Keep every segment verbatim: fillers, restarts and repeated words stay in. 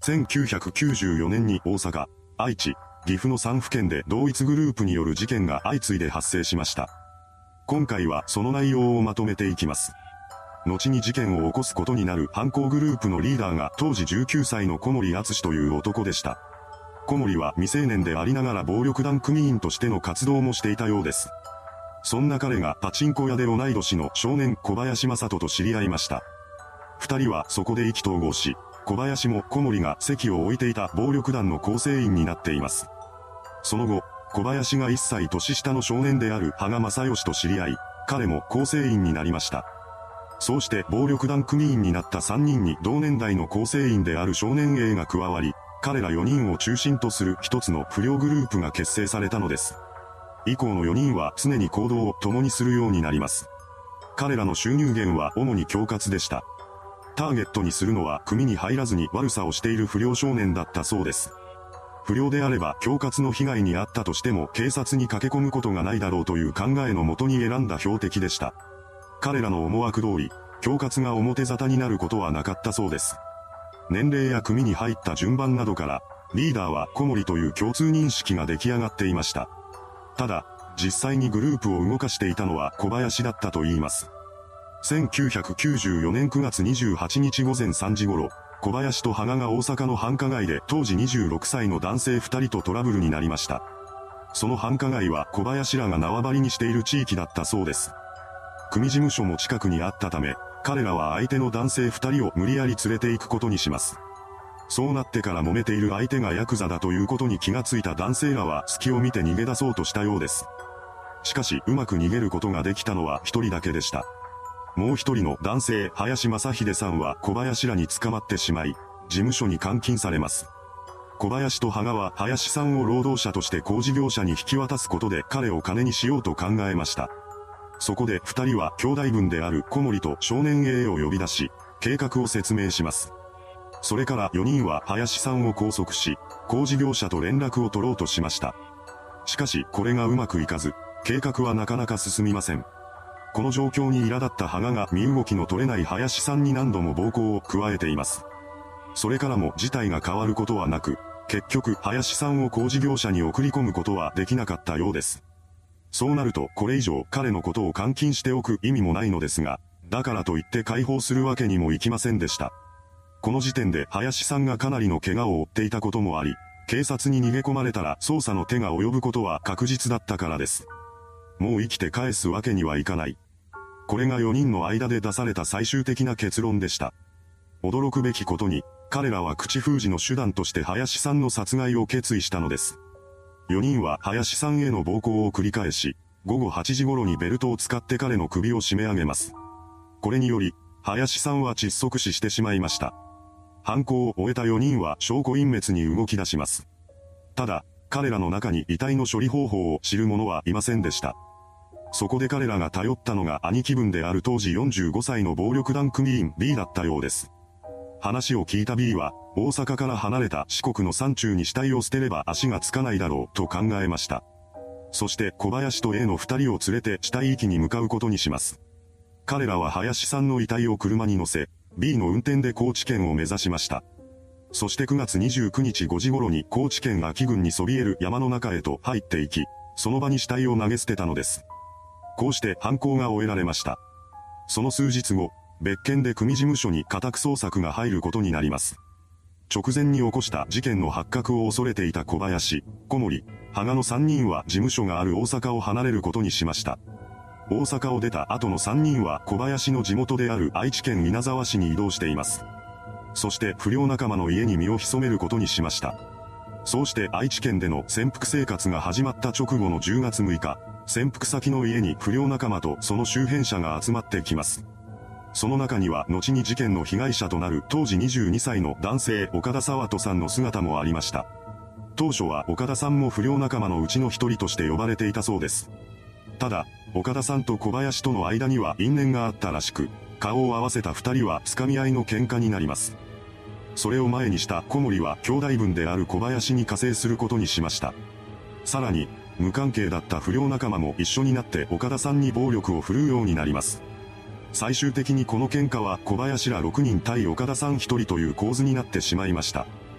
せんきゅうひゃくきゅうじゅうよねんに大阪、愛知、岐阜のさん府県で同一グループによる事件が相次いで発生しました。今回はその内容をまとめていきます。後に事件を起こすことになる犯行グループのリーダーが当時じゅうきゅうさいの小森敦という男でした。小森は未成年でありながら暴力団組員としての活動もしていたようです。そんな彼がパチンコ屋で同い年の少年小林正人と知り合いました。二人はそこで意気投合し、小林も小森が籍を置いていた暴力団の構成員になっています。その後、小林がいっさい年下の少年である羽賀正義と知り合い、彼も構成員になりました。そうして暴力団組員になったさんにんに同年代の構成員である少年 A が加わり、彼らよにんを中心とする一つの不良グループが結成されたのです。以降のよにんは常に行動を共にするようになります。彼らの収入源は主に恐喝でした。ターゲットにするのは組に入らずに悪さをしている不良少年だったそうです。不良であれば恐喝の被害に遭ったとしても警察に駆け込むことがないだろうという考えのもとに選んだ標的でした。彼らの思惑通り、恐喝が表沙汰になることはなかったそうです。年齢や組に入った順番などから、リーダーは小森という共通認識が出来上がっていました。ただ、実際にグループを動かしていたのは小林だったと言います。せんきゅうひゃくきゅうじゅうよねんくがつにじゅうはちにちごぜんさんじ頃、小林と羽賀が大阪の繁華街で当時にじゅうろくさいの男性ふたりとトラブルになりました。その繁華街は小林らが縄張りにしている地域だったそうです。組事務所も近くにあったため、彼らは相手の男性ふたりを無理やり連れて行くことにします。そうなってから揉めている相手がヤクザだということに気がついた男性らは隙を見て逃げ出そうとしたようです。しかしうまく逃げることができたのは一人だけでした。もう一人の男性林正秀さんは小林らに捕まってしまい、事務所に監禁されます。小林と羽賀は林さんを労働者として工事業者に引き渡すことで彼を金にしようと考えました。そこで二人は兄弟分である小森と少年 A を呼び出し、計画を説明します。それからよにんは林さんを拘束し、工事業者と連絡を取ろうとしました。しかしこれがうまくいかず、計画はなかなか進みません。この状況に苛立った羽賀が身動きの取れない林さんに何度も暴行を加えています。それからも事態が変わることはなく、結局林さんを工事業者に送り込むことはできなかったようです。そうなるとこれ以上彼のことを監禁しておく意味もないのですが、だからといって解放するわけにもいきませんでした。この時点で林さんがかなりの怪我を負っていたこともあり、警察に逃げ込まれたら捜査の手が及ぶことは確実だったからです。もう生きて返すわけにはいかない。これがよにんの間で出された最終的な結論でした。驚くべきことに、彼らは口封じの手段として林さんの殺害を決意したのです。よにんは林さんへの暴行を繰り返し、ごごはちじ頃にベルトを使って彼の首を締め上げます。これにより、林さんは窒息死してしまいました。犯行を終えたよにんは証拠隠滅に動き出します。ただ、彼らの中に遺体の処理方法を知る者はいませんでした。そこで彼らが頼ったのが兄貴分である当時よんじゅうごさいの暴力団組員 B だったようです。話を聞いた B は、大阪から離れた四国の山中に死体を捨てれば足がつかないだろうと考えました。そして小林と A の二人を連れて死体遺棄に向かうことにします。彼らは林さんの遺体を車に乗せ、B の運転で高知県を目指しました。そしてくがつにじゅうくにちごじ頃に高知県安芸郡にそびえる山の中へと入っていき、その場に死体を投げ捨てたのです。こうして犯行が終えられました。その数日後、別件で組事務所に家宅捜索が入ることになります。直前に起こした事件の発覚を恐れていた小林、小森、羽賀のさんにんは事務所がある大阪を離れることにしました。大阪を出た後のさんにんは小林の地元である愛知県稲沢市に移動しています。そして不良仲間の家に身を潜めることにしました。そうして愛知県での潜伏生活が始まった直後のじゅうがつむいか、潜伏先の家に不良仲間とその周辺者が集まってきます。その中には後に事件の被害者となる当時にじゅうにさいの男性岡田沢人さんの姿もありました。当初は岡田さんも不良仲間のうちの一人として呼ばれていたそうです。ただ、岡田さんと小林との間には因縁があったらしく、顔を合わせた二人は掴み合いの喧嘩になります。それを前にした小森は兄弟分である小林に加勢することにしました。さらに、無関係だった不良仲間も一緒になって岡田さんに暴力を振るうようになります。最終的にこの喧嘩は小林らろくにん対岡田さんひとりという構図になってしまいました。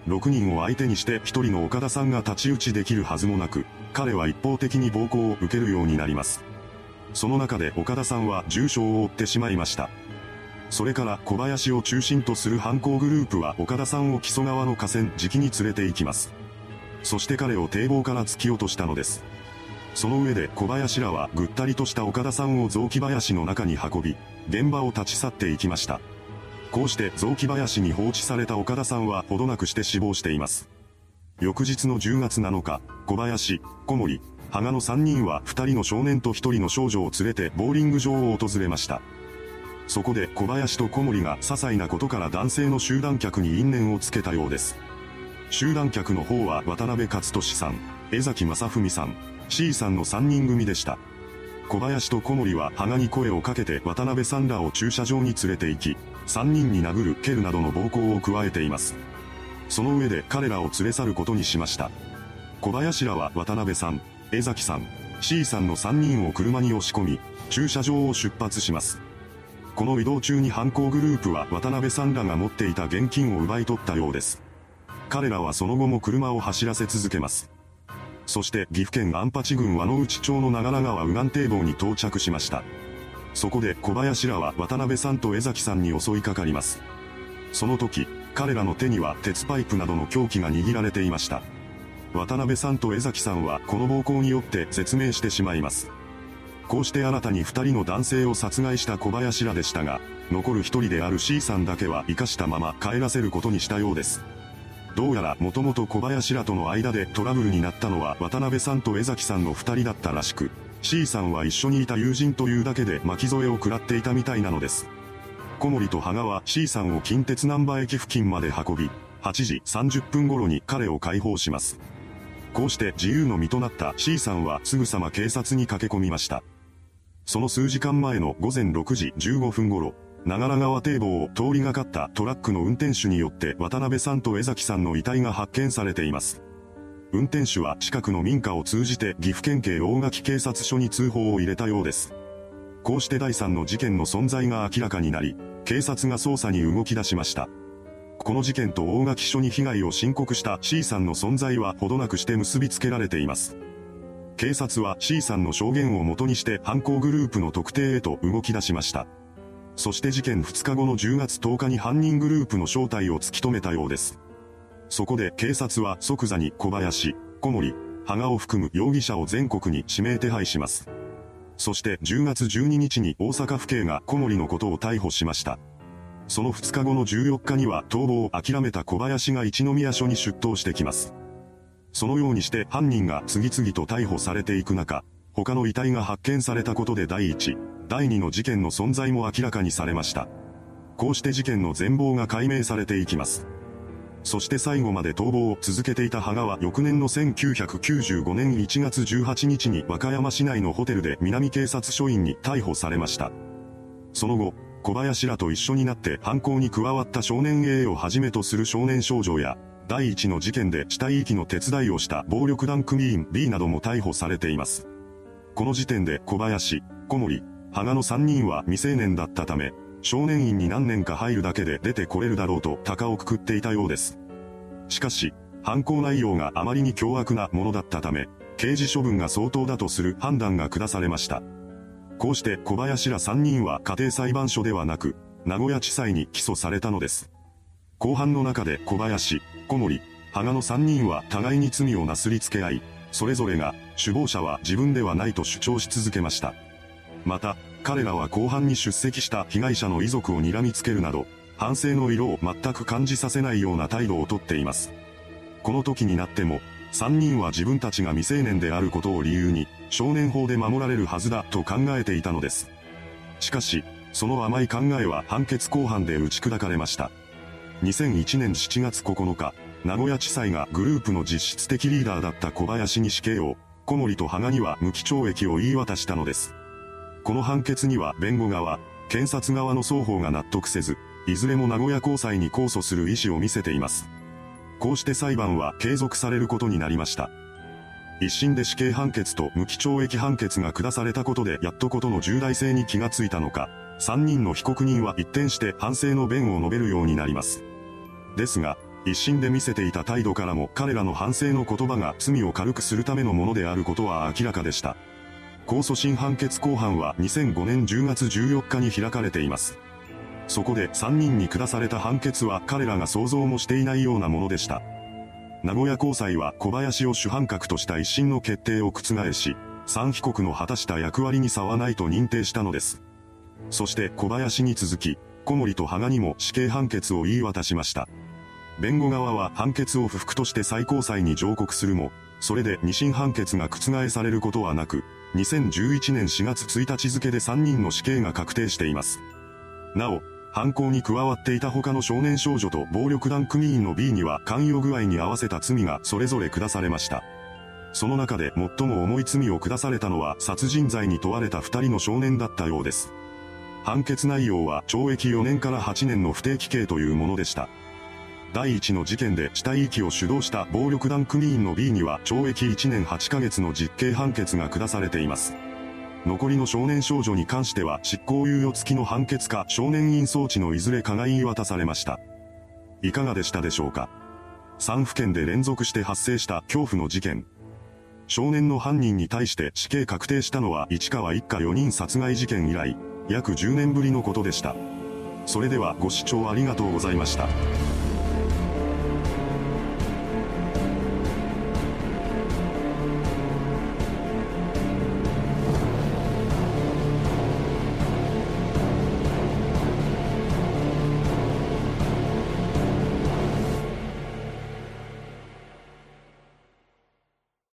ろくにんを相手にしてひとりの岡田さんが太刀打ちできるはずもなく、彼は一方的に暴行を受けるようになります。その中で岡田さんは重傷を負ってしまいました。それから小林を中心とする犯行グループは岡田さんを木曽川の河川敷に連れて行きます。そして彼を堤防から突き落としたのです。その上で小林らはぐったりとした岡田さんを雑木林の中に運び、現場を立ち去っていきました。こうして雑木林に放置された岡田さんはほどなくして死亡しています。翌日のじゅうがつなのか、小林、小森、羽賀のさんにんはふたりの少年とひとりの少女を連れてボーリング場を訪れました。そこで小林と小森が些細なことから男性の集団客に因縁をつけたようです。集団客の方は渡辺勝利さん、江崎正文さん、C さんのさんにん組でした。小林と小森は羽賀に声をかけて渡辺さんらを駐車場に連れて行き、さんにんに殴る蹴るなどの暴行を加えています。その上で彼らを連れ去ることにしました。小林らは渡辺さん、江崎さん、C さんのさんにんを車に押し込み、駐車場を出発します。この移動中に犯行グループは渡辺さんらが持っていた現金を奪い取ったようです。彼らはその後も車を走らせ続けます。そして岐阜県安八郡和野内町の長良川右岸堤防に到着しました。そこで小林らは渡辺さんと江崎さんに襲いかかります。その時、彼らの手には鉄パイプなどの凶器が握られていました。渡辺さんと江崎さんはこの暴行によって絶命してしまいます。こうして新たにふたりの男性を殺害した小林らでしたが、残るひとりである C さんだけは生かしたまま帰らせることにしたようです。どうやらもともと小林らとの間でトラブルになったのは渡辺さんと江崎さんのふたりだったらしく、C さんは一緒にいた友人というだけで巻き添えを食らっていたみたいなのです。小森と羽賀は C さんを近鉄難波駅付近まで運び、はちじさんじゅっぷん頃に彼を解放します。こうして自由の身となった C さんはすぐさま警察に駆け込みました。その数時間前のごぜんろくじじゅうごふん頃、長良川堤防を通りがかったトラックの運転手によって渡辺さんと江崎さんの遺体が発見されています。運転手は近くの民家を通じて岐阜県警大垣警察署に通報を入れたようです。こうしてだいさんの事件の存在が明らかになり、警察が捜査に動き出しました。この事件と大垣署に被害を申告した C さんの存在はほどなくして結びつけられています。警察は C さんの証言をもとにして犯行グループの特定へと動き出しました。そして事件ふつかごのじゅうがつとおかに犯人グループの正体を突き止めたようです。そこで警察は即座に小林、小森、羽賀を含む容疑者を全国に指名手配します。そしてじゅうがつじゅうににちに大阪府警が小森のことを逮捕しました。そのふつかごのじゅうよっかには逃亡を諦めた小林が一宮署に出頭してきます。そのようにして犯人が次々と逮捕されていく中、他の遺体が発見されたことでだいいち、だいにの事件の存在も明らかにされました。こうして事件の全貌が解明されていきます。そして最後まで逃亡を続けていた羽賀は翌年のせんきゅうひゃくきゅうじゅうごねんいちがつじゅうはちにちに和歌山市内のホテルで南警察署員に逮捕されました。その後、小林らと一緒になって犯行に加わった少年 A をはじめとする少年少女や、だいいちの事件で死体遺棄の手伝いをした暴力団組員 B なども逮捕されています。この時点で小林、小森、羽賀のさんにんは未成年だったため、少年院に何年か入るだけで出てこれるだろうと高をくくっていたようです。しかし、犯行内容があまりに凶悪なものだったため、刑事処分が相当だとする判断が下されました。こうして小林らさんにんは家庭裁判所ではなく、名古屋地裁に起訴されたのです。公判の中で小林、小森、羽賀のさんにんは互いに罪をなすりつけ合い、それぞれが首謀者は自分ではないと主張し続けました。また、彼らは公判に出席した被害者の遺族を睨みつけるなど、反省の色を全く感じさせないような態度をとっています。この時になっても、さんにんは自分たちが未成年であることを理由に、少年法で守られるはずだと考えていたのです。しかし、その甘い考えは判決公判で打ち砕かれました。にせんいちねんしちがつここのか、名古屋地裁がグループの実質的リーダーだった小林に死刑を、小森と羽賀には無期懲役を言い渡したのです。この判決には弁護側、検察側の双方が納得せず、いずれも名古屋高裁に控訴する意思を見せています。こうして裁判は継続されることになりました。一審で死刑判決と無期懲役判決が下されたことでやっとことの重大性に気がついたのか、さんにんの被告人は一転して反省の弁を述べるようになります。ですが、 一審で見せていた態度からも彼らの反省の言葉が罪を軽くするためのものであることは明らかでした。控訴審判決公判はにせんごねんじゅうがつじゅうよっかに開かれています。そこでさんにんに下された判決は彼らが想像もしていないようなものでした。名古屋高裁は小林を主犯格とした一審の決定を覆し、さん被告の果たした役割に差はないと認定したのです。そして小林に続き、小森と羽賀にも死刑判決を言い渡しました。弁護側は判決を不服として最高裁に上告するも、それで二審判決が覆されることはなく、にせんじゅういちねんしがつついたち付でさんにんの死刑が確定しています。なお、犯行に加わっていた他の少年少女と暴力団組員の B には関与具合に合わせた罪がそれぞれ下されました。その中で最も重い罪を下されたのは殺人罪に問われたふたりの少年だったようです。判決内容はちょうえきよねんからはちねんの不定期刑というものでした。第一の事件で死体遺棄を主導した暴力団組員の B にはちょうえきいちねんはちかげつの実刑判決が下されています。残りの少年少女に関しては執行猶予付きの判決か少年院送致のいずれかが言い渡されました。いかがでしたでしょうか。さんふけんで連続して発生した恐怖の事件。少年の犯人に対して死刑確定したのは市川一家よにん殺害事件以来、約じゅうねんぶりのことでした。それではご視聴ありがとうございました。